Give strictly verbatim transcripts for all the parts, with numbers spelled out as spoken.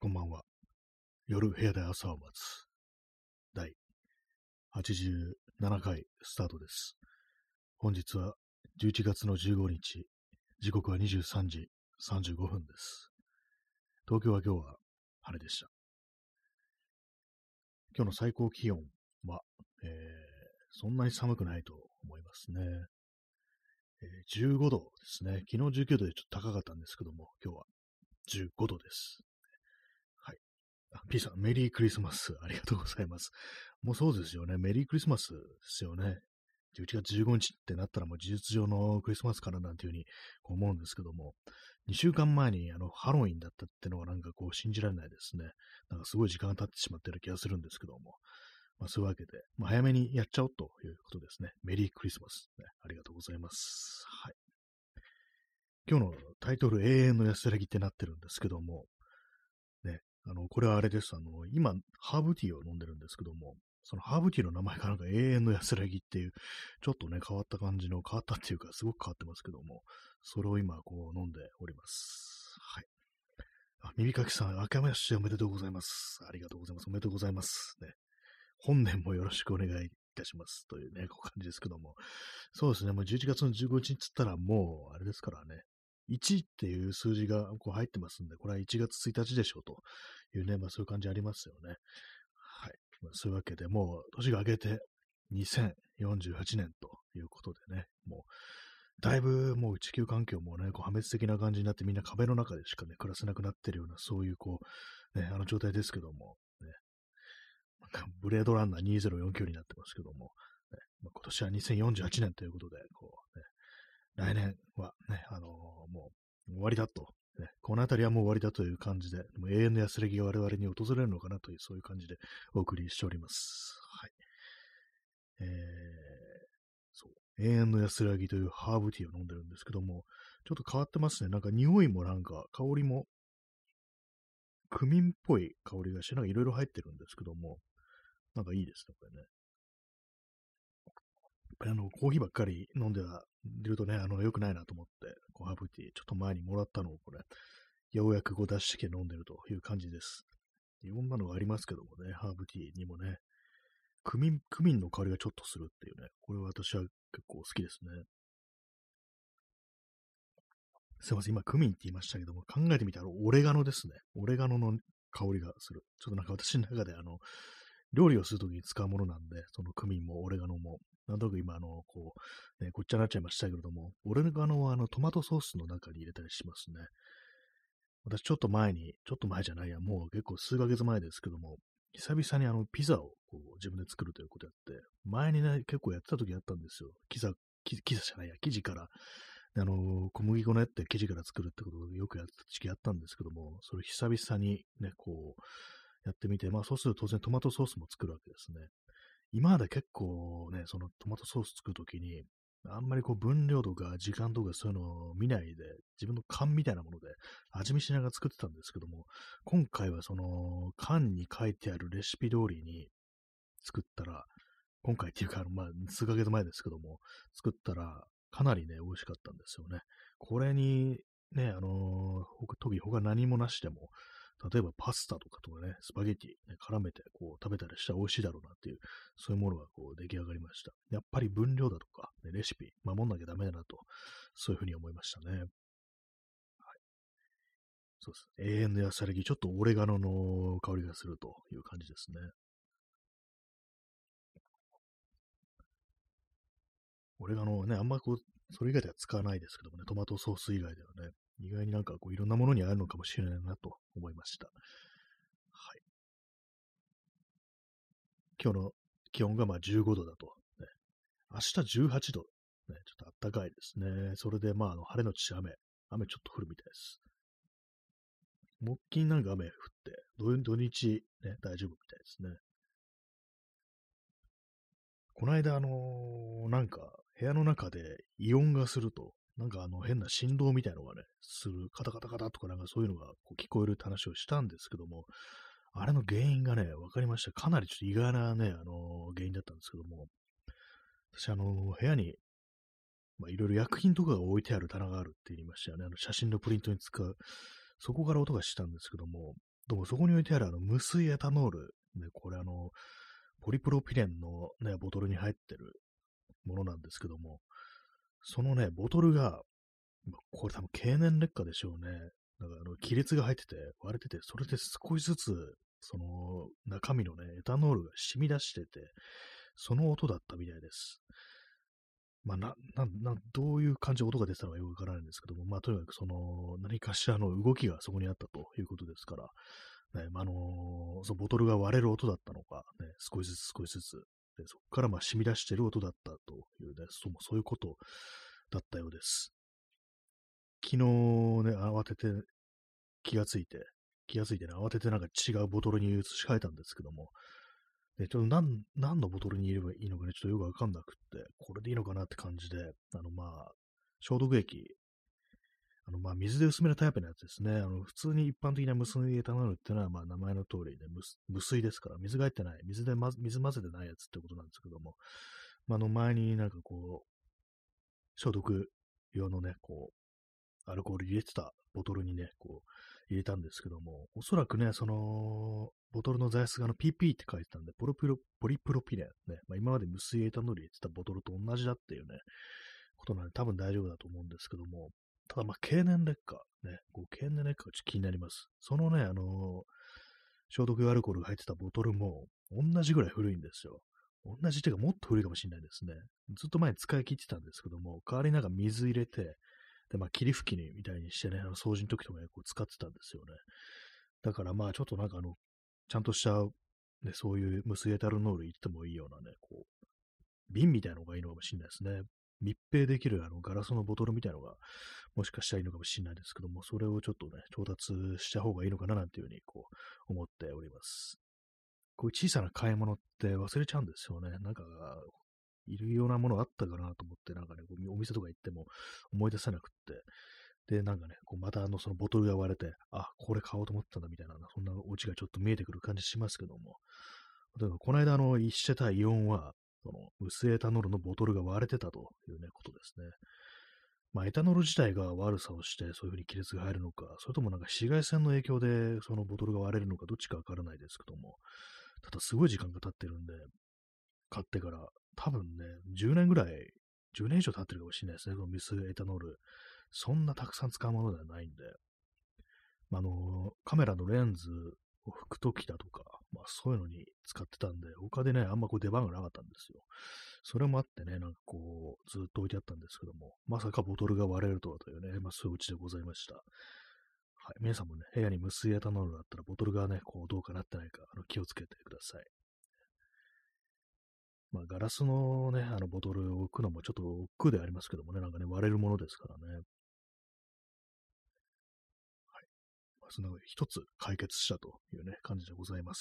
こんばんは。夜部屋で朝を待つ。第はちじゅうななかいスタートです。本日はじゅういちがつのじゅうごにち、時刻はにじゅうさんじさんじゅうごふんです。東京は今日は晴れでした。今日の最高気温は、えー、そんなに寒くないと思いますね。えー、じゅうごどですね。昨日じゅうきゅうどでちょっと高かったんですけども、今日はじゅうごどです。はい。P さん、メリークリスマス。ありがとうございます。もうそうですよね。メリークリスマスですよね。じゅういちがつじゅうごにちってなったらもう事実上のクリスマスかななんていうふうに思うんですけども、にしゅうかんまえにあのハロウィンだったってのはなんかこう信じられないですね。なんかすごい時間が経ってしまってる気がするんですけども、まあそういうわけで、まあ、早めにやっちゃおうということですね。メリークリスマス、ね。ありがとうございます。はい。今日のタイトル、永遠の安らぎってなってるんですけども、ね、あの、これはあれです。あの、今、ハーブティーを飲んでるんですけども、そのハーブティーの名前がなんか永遠の安らぎっていう、ちょっとね、変わった感じの、変わったっていうか、すごく変わってますけども、それを今、こう、飲んでおります。はい。あ、耳かきさん、明けましておめでとうございます。ありがとうございます。おめでとうございます。ね。本年もよろしくお願いいたします。というね、こう感じですけども。そうですね、もうじゅういちがつのじゅうごにちっつったら、もう、あれですからね、いちっていう数字がこう入ってますんで、これはいちがつついたちでしょうというね、まあそういう感じありますよね。はい。まあ、そういうわけで、もう年が明けてにせんよんじゅうはちねんということでね、もう、だいぶもう地球環境もね、こう破滅的な感じになってみんな壁の中でしかね、暮らせなくなってるような、そういうこう、ね、あの状態ですけども、ね、なんかブレードランナーにせんよんじゅうきゅうになってますけども、ね、まあ、今年はにせんよんじゅうはちねんということで、こう、ね、来年はね、あのーもう終わりだと、ね、この辺りはもう終わりだという感じで、もう永遠の安らぎが我々に訪れるのかなという、そういう感じでお送りしております。はい。えー、そう。永遠の安らぎというハーブティーを飲んでるんですけども、ちょっと変わってますね。なんか匂いもなんか香りもクミンっぽい香りがして、なんかいろいろ入ってるんですけども、なんかいいですね、これね。あの、コーヒーばっかり飲んでるとね、あの、良くないなと思って、こうハーブティー、ちょっと前にもらったのをこれ、ようやくこう出してきて飲んでるという感じです。いろんなのがありますけどもね、ハーブティーにもね、クミン、クミンの香りがちょっとするっていうね、これは私は結構好きですね。すいません、今クミンって言いましたけども、考えてみたらオレガノですね。オレガノの香りがする。ちょっとなんか私の中であの、料理をするときに使うものなんで、そのクミンもオレガノも、なんとなく今、あの、こう、ね、ごっちゃになっちゃいましたけれども、オレガノはあのトマトソースの中に入れたりしますね。私ちょっと前に、ちょっと前じゃないや、もう結構数ヶ月前ですけども、久々にあのピザをこう自分で作るということやって、前にね、結構やってた時あったんですよ。ピザ、ピザじゃないや、生地から、あの、小麦粉のやって生地から作るってことをよくやってた時期あったんですけども、それ久々にね、こう、やってみて、まあそうすると当然トマトソースも作るわけですね。今まで結構ね、そのトマトソース作るときに、あんまりこう分量とか時間とかそういうのを見ないで、自分の勘みたいなもので味見しながら作ってたんですけども、今回はその缶に書いてあるレシピ通りに作ったら、今回っていうか、まあ数ヶ月前ですけども、作ったらかなりね、美味しかったんですよね。これにね、あのー、特に他何もなしでも、例えばパスタとかとかね、スパゲティ、ね、絡めてこう食べたりしたら美味しいだろうなっていう、そういうものがこう出来上がりました。やっぱり分量だとか、ね、レシピ、守んなきゃダメだなと、そういうふうに思いましたね。はい。そうです。永遠の安らぎ、ちょっとオレガノの香りがするという感じですね。オレガノはね、あんまこう、それ以外では使わないですけどもね、トマトソース以外ではね、意外になんかこういろんなものに合うのかもしれないなと思いました。はい。今日の気温がまあじゅうごどだと。ね、明日じゅうはちど。ね、ちょっと暖かいですね。それでまあ、あの晴れのち雨。雨ちょっと降るみたいです。木金なんか雨降って、土土日、ね、大丈夫みたいですね。この間、あのーなんか、部屋の中で異音がすると、なんかあの変な振動みたいのがね、する、カタカタカタとかなんかそういうのがこう聞こえるって話をしたんですけども、あれの原因がね、分かりました。かなりちょっと意外なね、あのー原因だったんですけども、私、あのー部屋に、まあ、いろいろ薬品とかが置いてある棚があるって言いましたよね。あの写真のプリントに使う。そこから音がしたんですけども、 どうもそこに置いてあるあの無水エタノール、ね、これあの、ポリプロピレンのね、ボトルに入ってるものなんですけども、そのね、ボトルが、まこれ多分経年劣化でしょうね。なんかあの、亀裂が入ってて、割れてて、それで少しずつ、その中身のね、エタノールが染み出してて、その音だったみたいです。まあ、な、な、な、どういう感じで音が出てたのかよくわからないんですけども、まあ、とにかくその、何かしらの動きがそこにあったということですから、ね、まあ、あのーそのボトルが割れる音だったのか、ね、少しずつ少しずつ、でそこからまあ染み出している音だったというね、そうそういうことだったようです。昨日ね、慌てて気がついて、気がついてね、慌ててなんか違うボトルに移し替えたんですけども、で、ちょっと何、何のボトルに入れればいいのかね、ちょっとよくわかんなくって、これでいいのかなって感じで、あの、まあ、消毒液、あの、まあ、水で薄めるタイプのやつですね。あの、普通に一般的な無水エタノールっていうのは、まあ、名前の通りで無、無水ですから、水が入ってない、水でま、水混ぜてないやつってことなんですけども、まあ、あの、前になんかこう、消毒用のね、こう、アルコール入れてたボトルにね、こう、入れたんですけども、おそらくね、その、ボトルの材質があの ピーピー って書いてたんで、ポリプロ、ポリプロピレンね、まあ、今まで無水エタノール入れてたボトルと同じだっていうね、ことなんで多分大丈夫だと思うんですけども、ただまあ経年劣化、ね、こう経年劣化がちょっと気になります。そのね、あのー消毒用アルコールが入ってたボトルも同じぐらい古いんですよ。同じっていうかもっと古いかもしれないですね。ずっと前に使い切ってたんですけども、代わりになんか水入れて、で、まあ、霧吹きにみたいにしてね、あの掃除の時とかにこう使ってたんですよね。だからまあ、ちょっとなんかあの、ちゃんとした、ね、そういう無水エタルノール入れてもいいようなね、こう、瓶みたいなのがいいのかもしれないですね。密閉できるあのガラスのボトルみたいなのが、もしかしたらいいのかもしれないですけども、それをちょっとね、調達した方がいいのかななんていうふうにこう思っております。こういう小さな買い物って忘れちゃうんですよね。なんか、いるようなものあったかなと思って、なんかね、こうお店とか行っても思い出せなくって、で、なんかね、こうまたあの、そのボトルが割れて、あ、これ買おうと思ったんだみたいな、そんなオチがちょっと見えてくる感じしますけども、例えばこの間あの、一してたイオンは、その、薄エタノールのボトルが割れてたというね、ことですね。まあ、エタノール自体が悪さをして、そういうふうに亀裂が入るのか、それともなんか紫外線の影響で、そのボトルが割れるのか、どっちかわからないですけども、ただすごい時間が経ってるんで、買ってから、多分ね、じゅうねんぐらい、じゅうねん以上経ってるかもしれないですね、このミスエタノール。そんなたくさん使うものではないんで、まあ、あの、カメラのレンズを拭くときだとか、まあそういうのに使ってたんで、他でね、あんまこう出番がなかったんですよ。それもあってね、なんかこう、ずっと置いてあったんですけども、まさかボトルが割れるとはというね、まあそういううちでございました。はい。皆さんもね、部屋に無水エタノールだったら、ボトルがね、こう、どうかなってないか、あの気をつけてください。まあ、ガラスのね、あの、ボトルを置くのもちょっと億劫でありますけどもね、なんかね、割れるものですからね。はい。まあ、そんなので一つ解決したというね、感じでございます。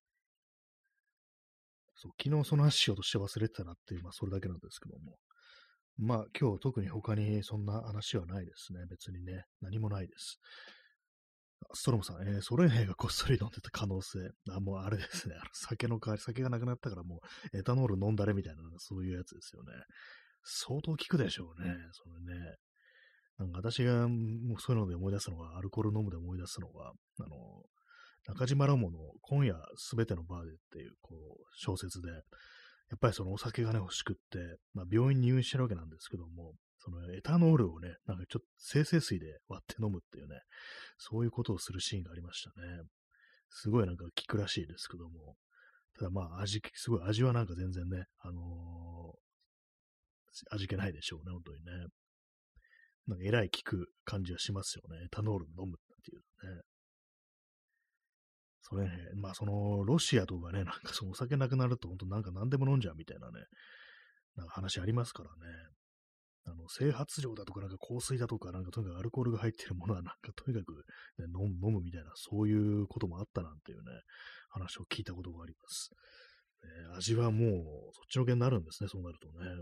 そう、昨日その話しようとして忘れてたなっていう、まあ、それだけなんですけども。まあ、今日特に他にそんな話はないですね。別にね、何もないです。ストロムさん、えー、ソ連兵がこっそり飲んでた可能性。あ、もうあれですね。あの酒の代わり、酒がなくなったからもうエタノール飲んだれみたいな、そういうやつですよね。相当効くでしょうね。それね。なんか私がもうそういうので思い出すのは、アルコール飲むで思い出すのは、あの、中島ラモの今夜すべてのバーでっていう、こう、小説で、やっぱりそのお酒がね、欲しくって、まあ、病院に入院してるわけなんですけども、そのエタノールをね、なんかちょっと精製水で割って飲むっていうね、そういうことをするシーンがありましたね。すごいなんか効くらしいですけども、ただまあ味、すごい味はなんか全然ね、あのー味気ないでしょうね、本当にね。なんかえらい効く感じはしますよね。エタノール飲むっていうね。それね、まあその、ロシアとかね、なんかそのお酒なくなると本当なんか何でも飲んじゃうみたいなね、なんか話ありますからね。あの、整髪料だとか、なんか香水だとか、なんかとにかくアルコールが入ってるものは、なんかとにかく、ね、飲む、飲むみたいな、そういうこともあったなんていうね、話を聞いたことがあります。ね、味はもう、そっちのけになるんですね、そうなるとね。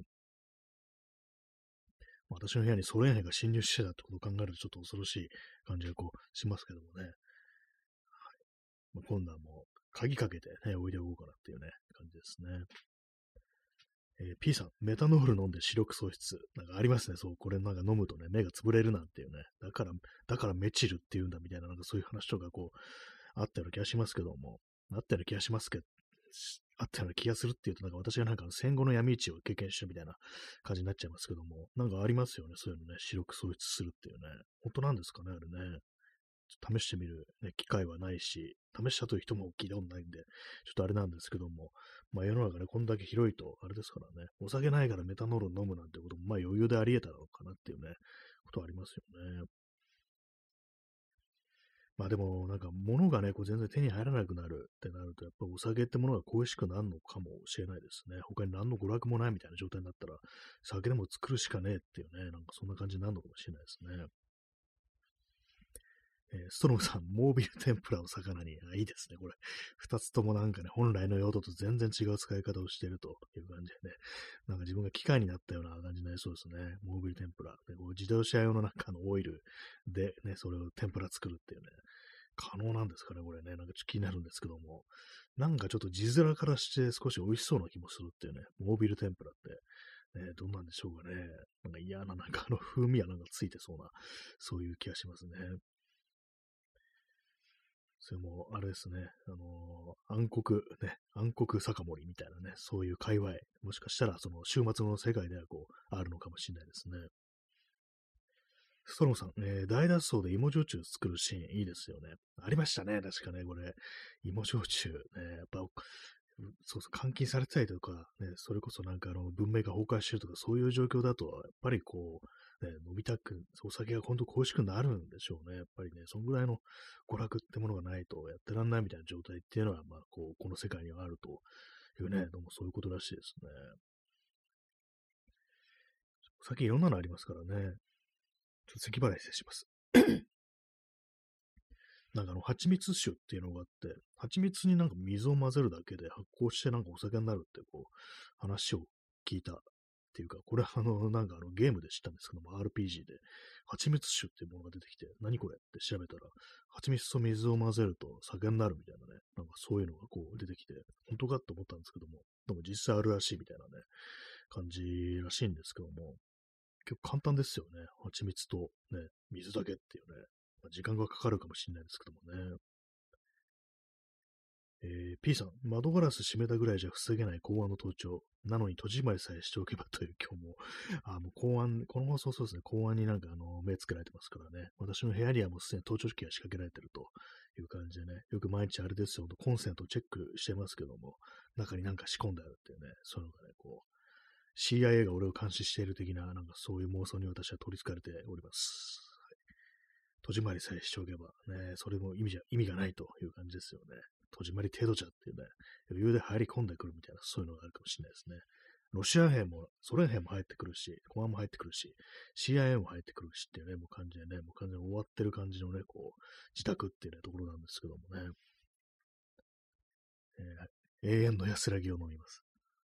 私の部屋にソ連兵が侵入してたってことを考えると、ちょっと恐ろしい感じがこう、しますけどもね。まあ、今度はもう、鍵かけてね、置いておこうかなっていうね、感じですね。 えー P さん、メタノール飲んで視力喪失。なんかありますね。そう、これなんか飲むとね、目が潰れるなんていうね。だから、だからメチルって言うんだみたいな、なんかそういう話とかこう、あったような気がしますけども、あったような気がしますけど、あったような気がするっていうと、なんか私がなんか戦後の闇市を経験したみたいな感じになっちゃいますけども、なんかありますよね。そういうのね、視力喪失するっていうね。本当なんですかね、あれね。ちょっと試してみる、ね、機会はないし、試したという人も聞いたことないんで、ちょっとあれなんですけども、まあ世の中ね、こんだけ広いと、あれですからね、お酒ないからメタノール飲むなんてことも、まあ余裕であり得たのかなっていうね、ことはありますよね。まあでも、なんか物がね、こう全然手に入らなくなるってなると、やっぱお酒ってものが恋しくなるのかもしれないですね。他に何の娯楽もないみたいな状態になったら、酒でも作るしかねえっていうね、なんかそんな感じになるのかもしれないですね。えーストロムさん、モービル天ぷらを魚に。あ、いいですね、これ。二つともなんかね、本来の用途と全然違う使い方をしているという感じでね、なんか自分が機械になったような感じになりそうですね。モービル天ぷら。でこう自動車用のなんかのオイルでね、それを天ぷら作るっていうね、可能なんですかね、これね。なんかちょっと気になるんですけども。なんかちょっと字面からして少し美味しそうな気もするっていうね、モービル天ぷらって。ね、どんなんでしょうかね。なんか嫌な、なんかあの風味はなんかついてそうな、そういう気がしますね。それも、あれですね、あのー暗黒、ね、暗黒酒盛りみたいなね、そういう界隈、もしかしたら、その、週末の世界ではこう、あるのかもしれないですね。ストロムさん、えー大脱走で芋焼酎作るシーン、いいですよね。ありましたね、確かね、これ。芋焼酎、ね、やっぱ、そうそう、監禁されてたりとか、ね、それこそなんかあの、文明が崩壊してるとか、そういう状況だと、やっぱりこう、ね、飲みたく、お酒が本当恋しくなるんでしょうね。やっぱりね、そんぐらいの娯楽ってものがないとやってらんないみたいな状態っていうのは、まあ、こう、この世界にはあるというね、どうもそういうことらしいですね。お酒いろんなのありますからね。ちょっと咳払い失礼します。なんかあの、蜂蜜酒っていうのがあって、蜂蜜になんか水を混ぜるだけで発酵してなんかお酒になるってこう、話を聞いたっていうか、これはあの、なんかあの、ゲームで知ったんですけども、アールピージー で、蜂蜜酒っていうものが出てきて、何これって調べたら、蜂蜜と水を混ぜると酒になるみたいなね、なんかそういうのがこう出てきて、本当かって思ったんですけども、でも実際あるらしいみたいなね、感じらしいんですけども、結構簡単ですよね。蜂蜜とね、水だけっていうね。まあ時間がかかるかもしれないですけどもね。えー、P さん、窓ガラス閉めたぐらいじゃ防げない公安の盗聴。なのに戸締まりさえしておけばという今日も、あ、もう公安、この放送そうですね、公安になんかあの、目つけられてますからね。私の部屋にはもうすでに盗聴器が仕掛けられてるという感じでね、よく毎日あれですよ、コンセントをチェックしてますけども、中になんか仕込んであるっていうね、そういうのがね、こう、シーアイエー が俺を監視している的な、なんかそういう妄想に私は取り憑かれております。戸締まりさえしておけば、ね、それも意味じゃ、意味がないという感じですよね。戸締まり程度じゃっていうね、余裕で入り込んでくるみたいな、そういうのがあるかもしれないですね。ロシア兵も、ソ連兵も入ってくるし、公安も入ってくるし、シーアイエー も入ってくるしっていうね、もう感じでね、もう完全に終わってる感じのね、こう、自宅っていうね、ところなんですけどもね、えー永遠の安らぎを飲みます。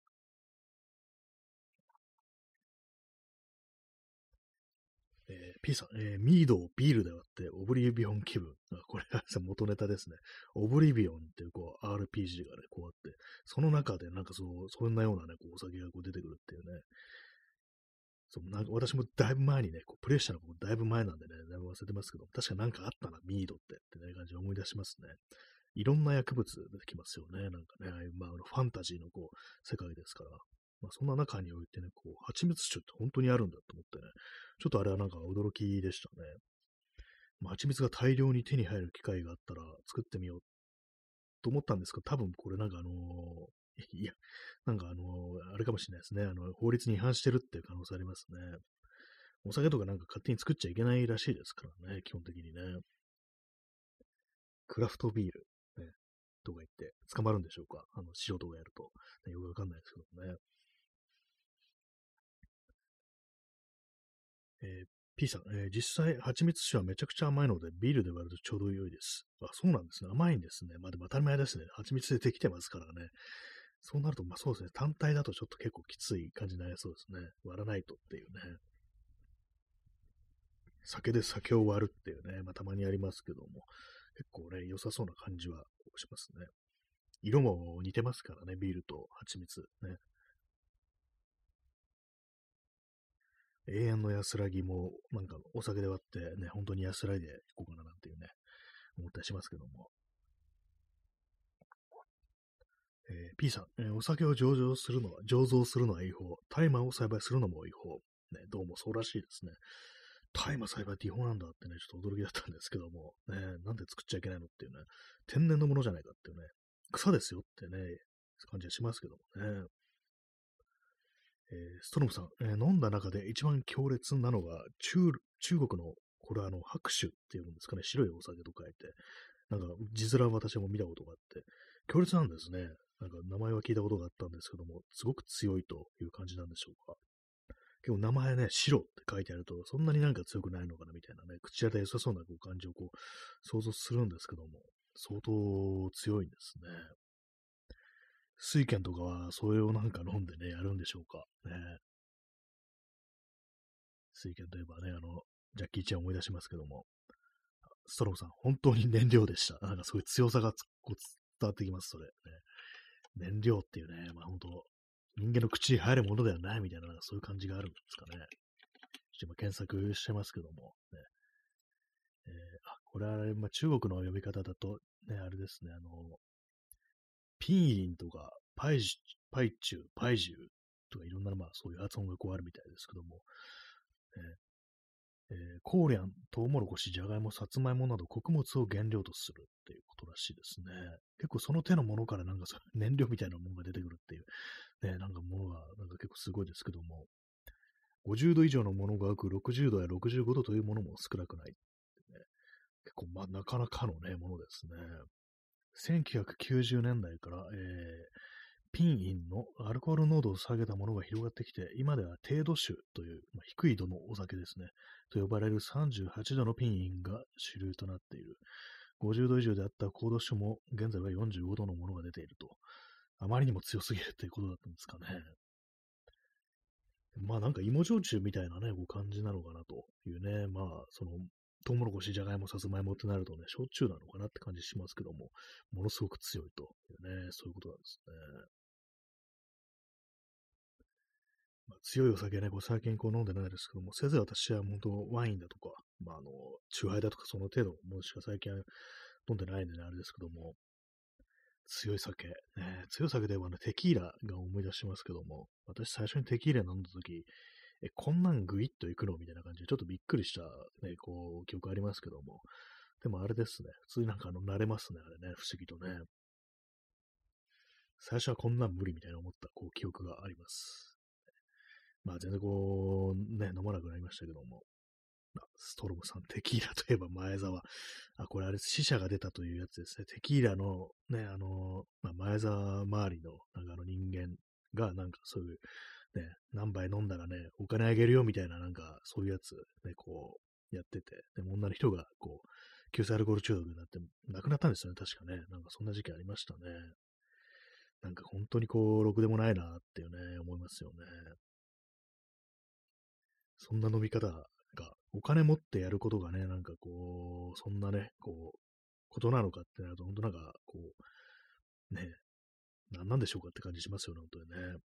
えー P さん、えーミードをビールで割ってオブリビオン気分。あこれは元ネタですね。オブリビオンっていうこう アールピージー がね、こうあって、その中でなんかそう、そんなようなね、こうお酒がこう出てくるっていうね。そうなんか私もだいぶ前にね、こうプレイしたのがだいぶ前なんでね、だいぶ忘れてますけど、確かなんかあったな、ミードってってね、感じで思い出しますね。いろんな薬物出てきますよね。なんかね、ああいうまあ、あのファンタジーのこう、世界ですから。まあ、そんな中においてね、こう、蜂蜜酒って本当にあるんだと思ってね、ちょっとあれはなんか驚きでしたね。まあ、蜂蜜が大量に手に入る機会があったら作ってみようと思ったんですけど、多分これなんかあのーいや、なんかあのーあれかもしれないですね。あの、法律に違反してるっていう可能性ありますね。お酒とかなんか勝手に作っちゃいけないらしいですからね、基本的にね。クラフトビール、ね、とか言って捕まるんでしょうか。あの、素人がやると。ねよくわかんないですけどもね。えー P さん、えー実際、蜂蜜酒はめちゃくちゃ甘いので、ビールで割るとちょうど良いです。あ、そうなんですね。甘いんですね。まあでも当たり前ですね。蜂蜜でできてますからね。そうなると、まあそうですね。単体だとちょっと結構きつい感じになりそうですね。割らないとっていうね。酒で酒を割るっていうね。まあたまにありますけども。結構ね、良さそうな感じはしますね。色も似てますからね。ビールと蜂蜜ね。 永遠の安らぎも、なんかお酒で割ってね、本当に安らいでいこうかななんていうね、思ったりしますけども。えー、P さん、えーお酒を醸造するのは、醸造するのは違法。大麻を栽培するのも違法。ね、どうもそうらしいですね。大麻栽培って違法なんだってね、ちょっと驚きだったんですけども、ね、なんで作っちゃいけないのっていうね、天然のものじゃないかっていうね、草ですよってね、感じはしますけどもね。えーストロムさん、えー飲んだ中で一番強烈なのが中、中国の、これはあの、白酒っていうんですかね、白いお酒と書いて、なんか、字面私も見たことがあって、強烈なんですね。なんか、名前は聞いたことがあったんですけども、すごく強いという感じなんでしょうか。結構名前ね、白って書いてあると、そんなになんか強くないのかなみたいなね、口当たり良さそうなこう感じをこう、想像するんですけども、相当強いんですね。水拳とかは、それをなんか飲んでね、やるんでしょうか。ね。水拳といえばね、あの、ジャッキー・チェンを思い出しますけども、ストロムさん、本当に燃料でした。なんかすごい強さがつこう伝わってきます、それ、ね。燃料っていうね、まあ本当、人間の口に入るものではないみたいな、そういう感じがあるんですかね。ちょっと今検索してますけども、ね。えーあ、これは、まあ、中国の呼び方だと、ね、あれですね、あの、ピンインとか、パイジュ、パイチュウ、パイジュウとかいろんな、まあそういう発音がこうあるみたいですけども、えーえーコーリャン、トウモロコシ、ジャガイモ、サツマイモなど穀物を原料とするっていうことらしいですね。結構その手のものからなんかそ燃料みたいなものが出てくるっていう、ね、なんかものがなんか結構すごいですけども、ごじゅうど以上のものが多く、ろくじゅうどやろくじゅうごどというものも少なくない、ね。結構、まあ、なかなかのね、ものですね。せんきゅうひゃくきゅうじゅうねんだいから、えー、ピンインのアルコール濃度を下げたものが広がってきて、今では低度酒という、まあ、低い度のお酒ですね、と呼ばれるさんじゅうはちどのピンインが主流となっている。ごじゅうど以上であった高度酒も現在はよんじゅうごどのものが出ていると。あまりにも強すぎるということだったんですかね。まあなんか芋焼酎みたいなね、こう感じなのかなというね、まあその、トウモロコシ、じゃがいも、さつまいもってなるとね、焼酎なのかなって感じしますけども、ものすごく強いというね、そういうことなんですね。まあ、強いお酒ね、こう最近こう飲んでないですけども、せいぜい私は本当ワインだとか、まああの、チューハイだとかその程度のものしか最近は飲んでないんでね、あれですけども、強い酒、ね、強い酒ではね、テキーラが思い出しますけども、私最初にテキーラ飲んだ時、え、こんなんグイッといくのみたいな感じで、ちょっとびっくりした、ね、こう、記憶ありますけども。でもあれですね。普通になんかあの、慣れますね、あれね。不思議とね。最初はこんなん無理みたいな思った、こう、記憶があります。まあ、全然こう、ね、飲まなくなりましたけども。あストロムさん、テキーラといえば前澤。あ、これあれ、死者が出たというやつですね。テキーラの、ね、あの、まあ、前澤周りの、なんかあの人間が、なんかそういう、ね、何杯飲んだらね、お金あげるよみたいな、なんか、そういうやつ、ね、こう、やってて、でも女の人が、こう、急性アルコール中毒になって、亡くなったんですよね、確かね。なんかそんな時期ありましたね。なんか本当にこう、ろくでもないなっていうね、思いますよね。そんな飲み方が、お金持ってやることがね、なんかこう、そんなね、こう、ことなのかってなると、本当なんか、こう、ね、何なんでしょうかって感じしますよね、本当にね。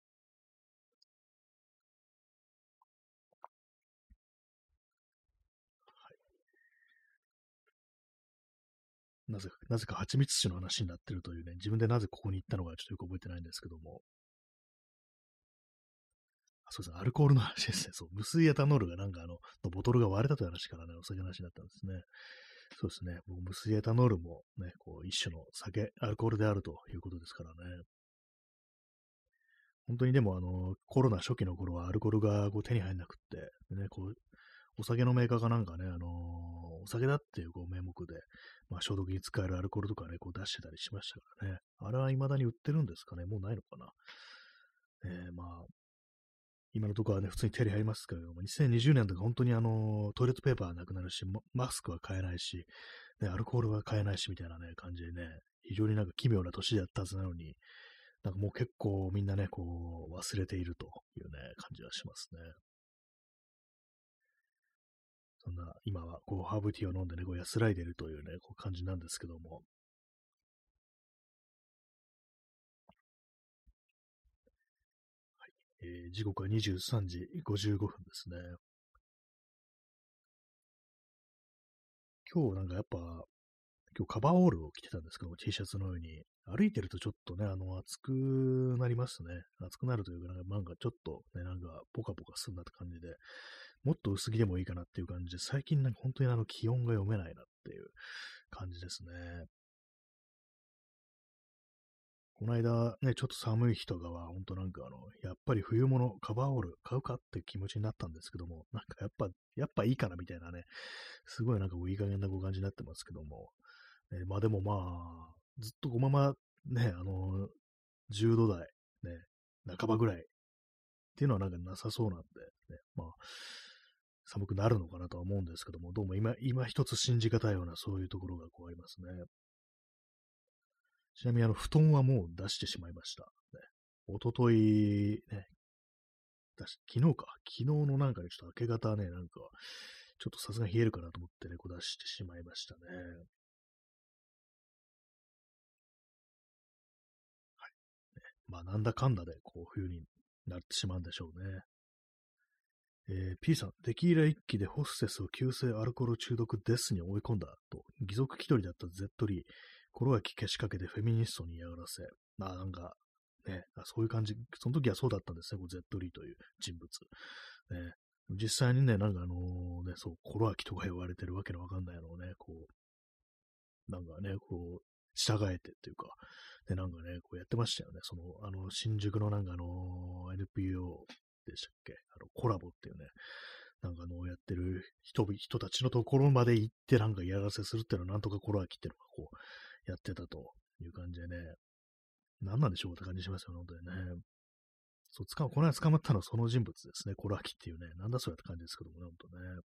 なぜか、なぜか蜂蜜酒の話になってるというね、自分でなぜここに行ったのかちょっとよく覚えてないんですけども、あそうですね、アルコールの話ですね。そう、無水エタノールがなんかあの、のボトルが割れたという話からね、お酒の話になったんですね。そうですね、もう無水エタノールもね、こう、一種の酒、アルコールであるということですからね。本当にでもあの、コロナ初期の頃はアルコールがこう手に入んなくって、ね、こう、お酒のメーカーがなんかね、あのーお酒だっていうこう名目で、まあ、消毒に使えるアルコールとかね、こう出してたりしましたからね。あれは未だに売ってるんですかね。もうないのかな。えー、まあ、今のところはね、普通に手に入りますけれども、にせんにじゅうねんとか本当にあの、トイレットペーパーはなくなるし、ママスクは買えないし、ね、アルコールは買えないし、みたいなね、感じでね、非常になんか奇妙な年だったはずなのに、なんかもう結構みんなね、こう、忘れているというね、感じはしますね。そんな、今はこう、ハーブティーを飲んでね、こう安らいでいるというね、こう感じなんですけども、 えー時刻はにじゅうさんじごじゅうごふんですね。今日なんかやっぱ、今日カバーオールを着てたんですけども、T シャツの上に。歩いてるとちょっとね、あの、暑くなりますね。暑くなるというか、なんかなんかちょっとね、なんかポカポカするなって感じで、もっと薄着でもいいかなっていう感じで、最近なんか本当にあの気温が読めないなっていう感じですね。この間ね、ちょっと寒い日とかは、本当なんかあの、やっぱり冬物、カバーオール買うかって気持ちになったんですけども、なんかやっぱ、やっぱいいかなみたいなね、すごいなんかこういい加減なご感じになってますけども、ね、まあでもまあ、ずっとこのままね、あの、じゅうど台、ね、半ばぐらいっていうのはなんかなさそうなんで、ね、まあ、寒くなるのかなとは思うんですけども、どうも今、今一つ信じがたいようなそういうところがこうありますね。ちなみにあの、布団はもう出してしまいました。ね、一昨日ね、だし昨日か、昨日のなんかね、ちょっと明け方ね、なんか、ちょっとさすがに冷えるかなと思ってね、こう出してしまいましたね。まあ、なんだかんだで、こう、冬になってしまうんでしょうね。えー P さん、テキーラ一揆でホステスを急性アルコール中毒デスに追い込んだと、義足気取りだった ゼット リー、心がけしかけてフェミニストに嫌がらせ。まあなんか、ね、あそういう感じ、その時はそうだったんですね、こう ゼット リーという人物。ね、実際にね、なんかあのね、そう、コロアキとか言われてるわけのわかんないのをね、こう、なんかね、こう、従えてっていうか、で、なんかね、こうやってましたよね。その、あの、新宿のなんかあの、エヌピーオー でしたっけ、あの、コラボっていうね、なんかあの、やってる人々、人たちのところまで行って、なんか嫌がらせするっていうのは、なんとかコロアキっていうのがこう、やってたという感じでね、何なんでしょうって感じしますよね、本当にね。そう、つか、この間捕まったのはその人物ですね、コロアキっていうね、なんだそれって感じですけどもね、本当ね。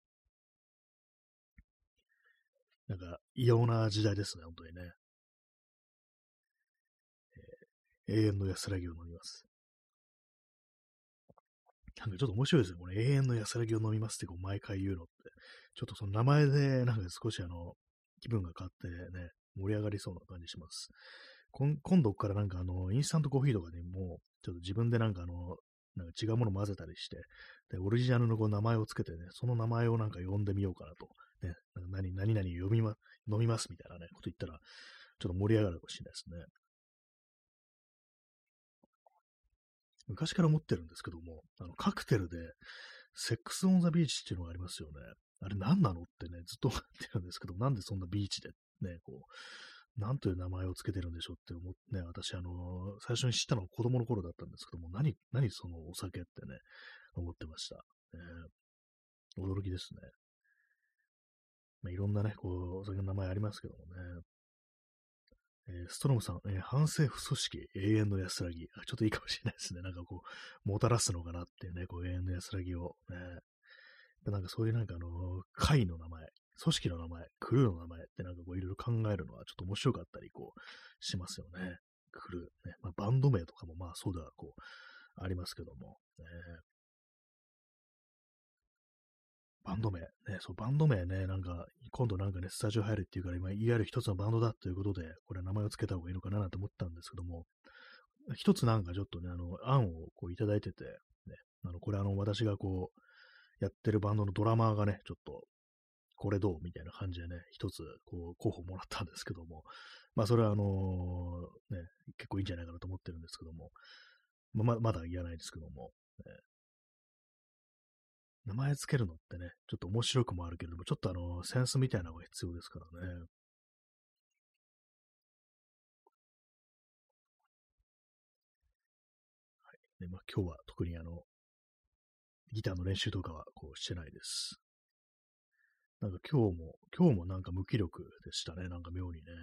なんか、異様な時代ですね、本当にね。永遠の安らぎを飲みます。なんかちょっと面白いですね。この永遠の安らぎを飲みますってこう毎回言うのって。ちょっとその名前でなんか少しあの、気分が変わってね、盛り上がりそうな感じします。今今度からなんかあの、インスタントコーヒーとかでも、ちょっと自分でなんかあの、なんか違うもの混ぜたりして、で、オリジナルのこう名前をつけてね、その名前をなんか呼んでみようかなと。ね、なんか何、何々読みま、飲みますみたいなね、こと言ったら、ちょっと盛り上がるかもしれないですね。昔から思ってるんですけども、あの、カクテルで、セックスオンザビーチっていうのがありますよね。あれ何なのってね、ずっと思ってるんですけど、なんでそんなビーチでね、こう、なんという名前をつけてるんでしょうって思ってね、私、あのー最初に知ったのは子供の頃だったんですけども、何、何そのお酒ってね、思ってました。えー驚きですね。まあ、いろんなね、こう、お酒の名前ありますけどもね。えーストロムさん、えー反政府組織、永遠の安らぎ。あ、ちょっといいかもしれないですね。なんかこう、もたらすのかなっていうね、こう、永遠の安らぎを、ね。なんかそういうなんかあの、会の名前、組織の名前、クルーの名前ってなんかこういろいろ考えるのはちょっと面白かったりこうしますよね。クルー、ね。まあ、バンド名とかもまあそうではこうありますけども、ね、バンド名、ね、そう、バンド名ね、なんか、今度なんかね、スタジオ入るっていうから、今、いわゆる一つのバンドだということで、これ名前を付けた方がいいのかななんて思ったんですけども、一つなんかちょっとね、あの、案をこういただいてて、ね、あの、これあの、私がこう、やってるバンドのドラマーがね、ちょっと、これどうみたいな感じでね、一つ、こう、候補もらったんですけども、まあ、それはあのね、結構いいんじゃないかなと思ってるんですけども、まあ、ままだ言わないですけども、ね、名前つけるのってね、ちょっと面白くもあるけれども、ちょっとあの、センスみたいなのが必要ですからね。でまあ、今日は特にあの、ギターの練習とかはこうしてないです。なんか今日も、今日もなんか無気力でしたね。なんか妙にね。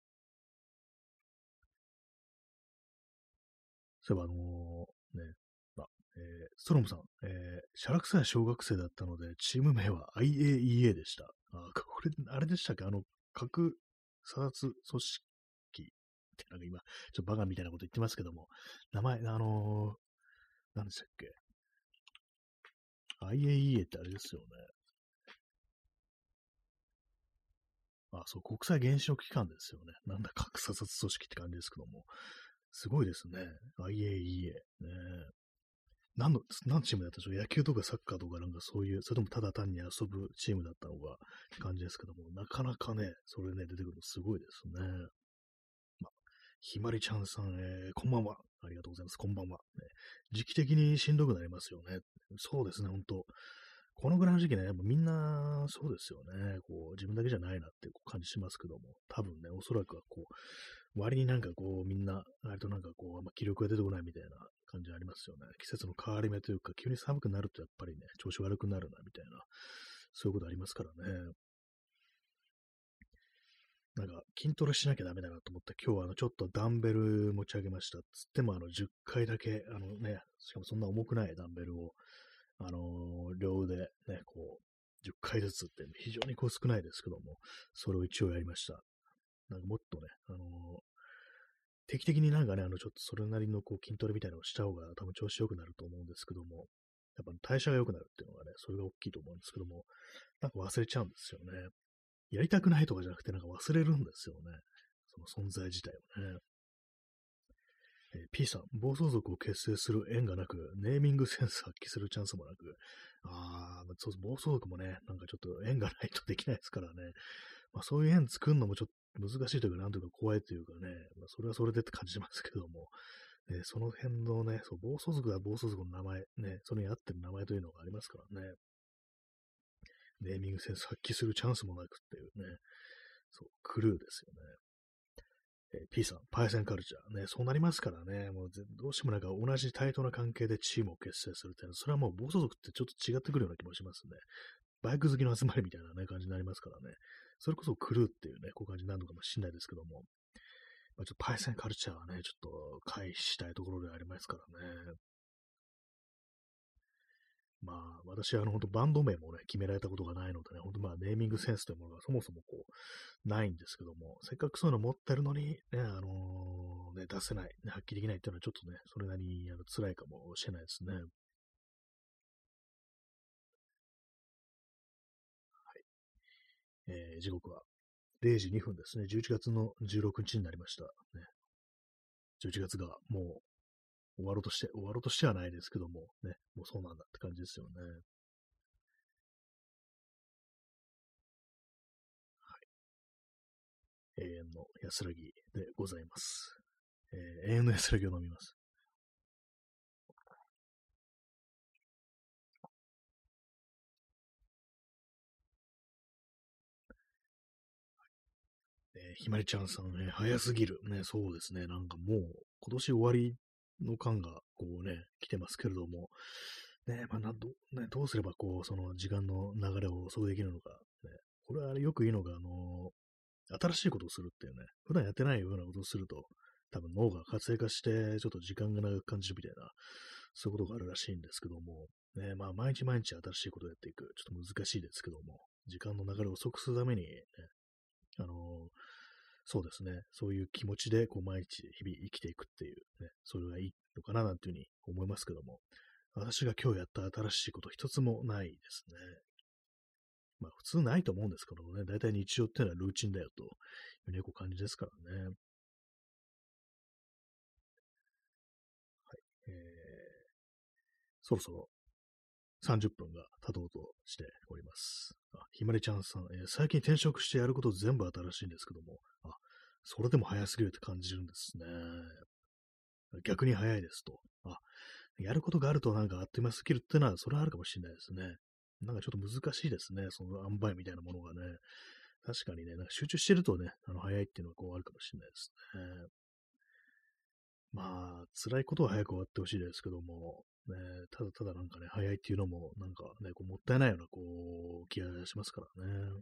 そういえばあのね、まあ、えーストロムさん、えー、シャラクサや小学生だったので、チーム名は アイエーイーエー でした。あ、これ、あれでしたっけあの、核査察組織ってなんか今、ちょっとバカみたいなこと言ってますけども、名前、あのー、何でしたっけ アイエーイーエー ってあれですよね。あ、そう、国際原子力機関ですよね。なんだ、核査察組織って感じですけども。すごいですね。アイエーイーエー。ね何の、何のチームだったでしょう。野球とかサッカーとかなんかそういう、それともただ単に遊ぶチームだったのかって感じですけども、なかなかね、それね、出てくるのすごいですね。まあ、ひまりちゃんさん、えーこんばんは。ありがとうございます。こんばんは。ね、時期的にしんどくなりますよね。そうですね、本当このぐらいの時期ね、やっぱみんなそうですよね。こう、自分だけじゃないなってこう感じしますけども、多分ね、おそらくはこう、割になんかこう、みんな、割となんかこう、あんま気力が出てこないみたいな感じありますよね。季節の変わり目というか、急に寒くなるとやっぱりね、調子悪くなるな、みたいな、そういうことありますからね。なんか、筋トレしなきゃダメだなと思って、今日はあの、ちょっとダンベル持ち上げました。つっても、あの、じゅっかいだけ、あのね、しかもそんな重くないダンベルを、あのー両腕ね、こう、じゅっかいずつって非常にこう少ないですけども、それを一応やりました。なんかもっとね、あのー定期的になんかね、あの、ちょっとそれなりのこう筋トレみたいなのをした方が多分調子良くなると思うんですけども、やっぱ代謝が良くなるっていうのがね、それが大きいと思うんですけども、なんか忘れちゃうんですよね。やりたくないとかじゃなくて、なんか忘れるんですよね。その存在自体をね。えー P さん、暴走族を結成する縁がなく、ネーミングセンス発揮するチャンスもなく、あー、まあそうそう、暴走族もね、なんかちょっと縁がないとできないですからね。まあそういう縁作るのもちょっと難しいというか、なんというか怖いというかね、まあそれはそれでって感じしますけども、ね、その辺のね、そう、暴走族は暴走族の名前、ね、それに合ってる名前というのがありますからね。ネーミングセンス発揮するチャンスもなくっていうね、そう、クルーですよね。えー P さん、パイセンカルチャー。ね、そうなりますからね、もうぜどうしてもなんか同じ対等な関係でチームを結成するっていうのは、それはもう暴走族ってちょっと違ってくるような気もしますね。バイク好きの集まりみたいなね、感じになりますからね。それこそクルーっていうね、こういう感じになるのかもしれないですけども、まあ、ちょっとパイセンカルチャーはね、ちょっと回避したいところでありますからね。まあ、私はあの、本当バンド名もね、決められたことがないのでね、本当まあ、ネーミングセンスというものがそもそもこう、ないんですけども、せっかくそういうの持ってるのに、ね、あのね、出せない、ね、発揮できないっていうのはちょっとね、それなりにあの辛いかもしれないですね。えー時刻はれいじにふんですね。じゅういちがつのじゅうろくにちになりました。ね、じゅういちがつがもう終わろうとして、終わろうとしてはないですけども、ね、もうそうなんだって感じですよね。永遠の安らぎでございます。えー永遠の安らぎを飲みます。えーひまりちゃんさんね、早すぎる。ね、そうですね。なんかもう、今年終わりの感が、こうね、来てますけれども、ね、まあ、なんど、ね、どうすれば、こう、その時間の流れを遅くできるのか、ね、これはよくいいのが、あの新しいことをするっていうね、普段やってないようなことをすると、多分脳が活性化して、ちょっと時間が長く感じるみたいな、そういうことがあるらしいんですけども、ね、まあ、毎日毎日新しいことをやっていく、ちょっと難しいですけども、時間の流れを遅くするために、ね、あのそうですね。そういう気持ちで、こう、毎日、日々生きていくっていう、ね、それがいいのかな、なんていうふうに思いますけども、私が今日やった新しいこと一つもないですね。まあ、普通ないと思うんですけどもね、大体日常っていうのはルーチンだよというね、こう感じですからね。えー、そろそろさんじゅっぷんが経とうとしております。あ、ひまりちゃんさん、えー最近転職してやること全部新しいんですけども、あ、それでも早すぎるって感じるんですね。逆に早いですと。あ、やることがあるとなんかあっという間すぎるってのは、それはあるかもしれないですね。なんかちょっと難しいですね。その塩梅みたいなものがね。確かにね、なんか集中してるとね、あの早いっていうのはこうあるかもしれないですね。まあ、辛いことは早く終わってほしいですけども、ね、ただただなんかね、早いっていうのも、なんかね、こうもったいないような、こう、気がしますからね。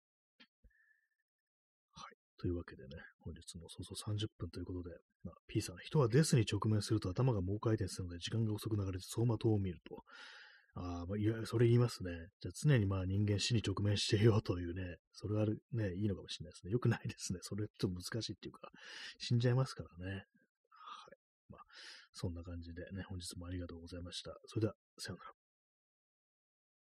はい。というわけでね、本日もそうそうさんじゅっぷんということで、まあ、P さん、人はデスに直面すると頭が猛回転するので時間が遅く流れて走馬灯を見ると。ああ、まあ、いや、それ言いますね。じゃあ常にまあ人間死に直面していようというね、それはね、いいのかもしれないですね。よくないですね。それちょっと難しいっていうか、死んじゃいますからね。はい。まあ、そんな感じでね、本日もありがとうございました。それでは、さようなら。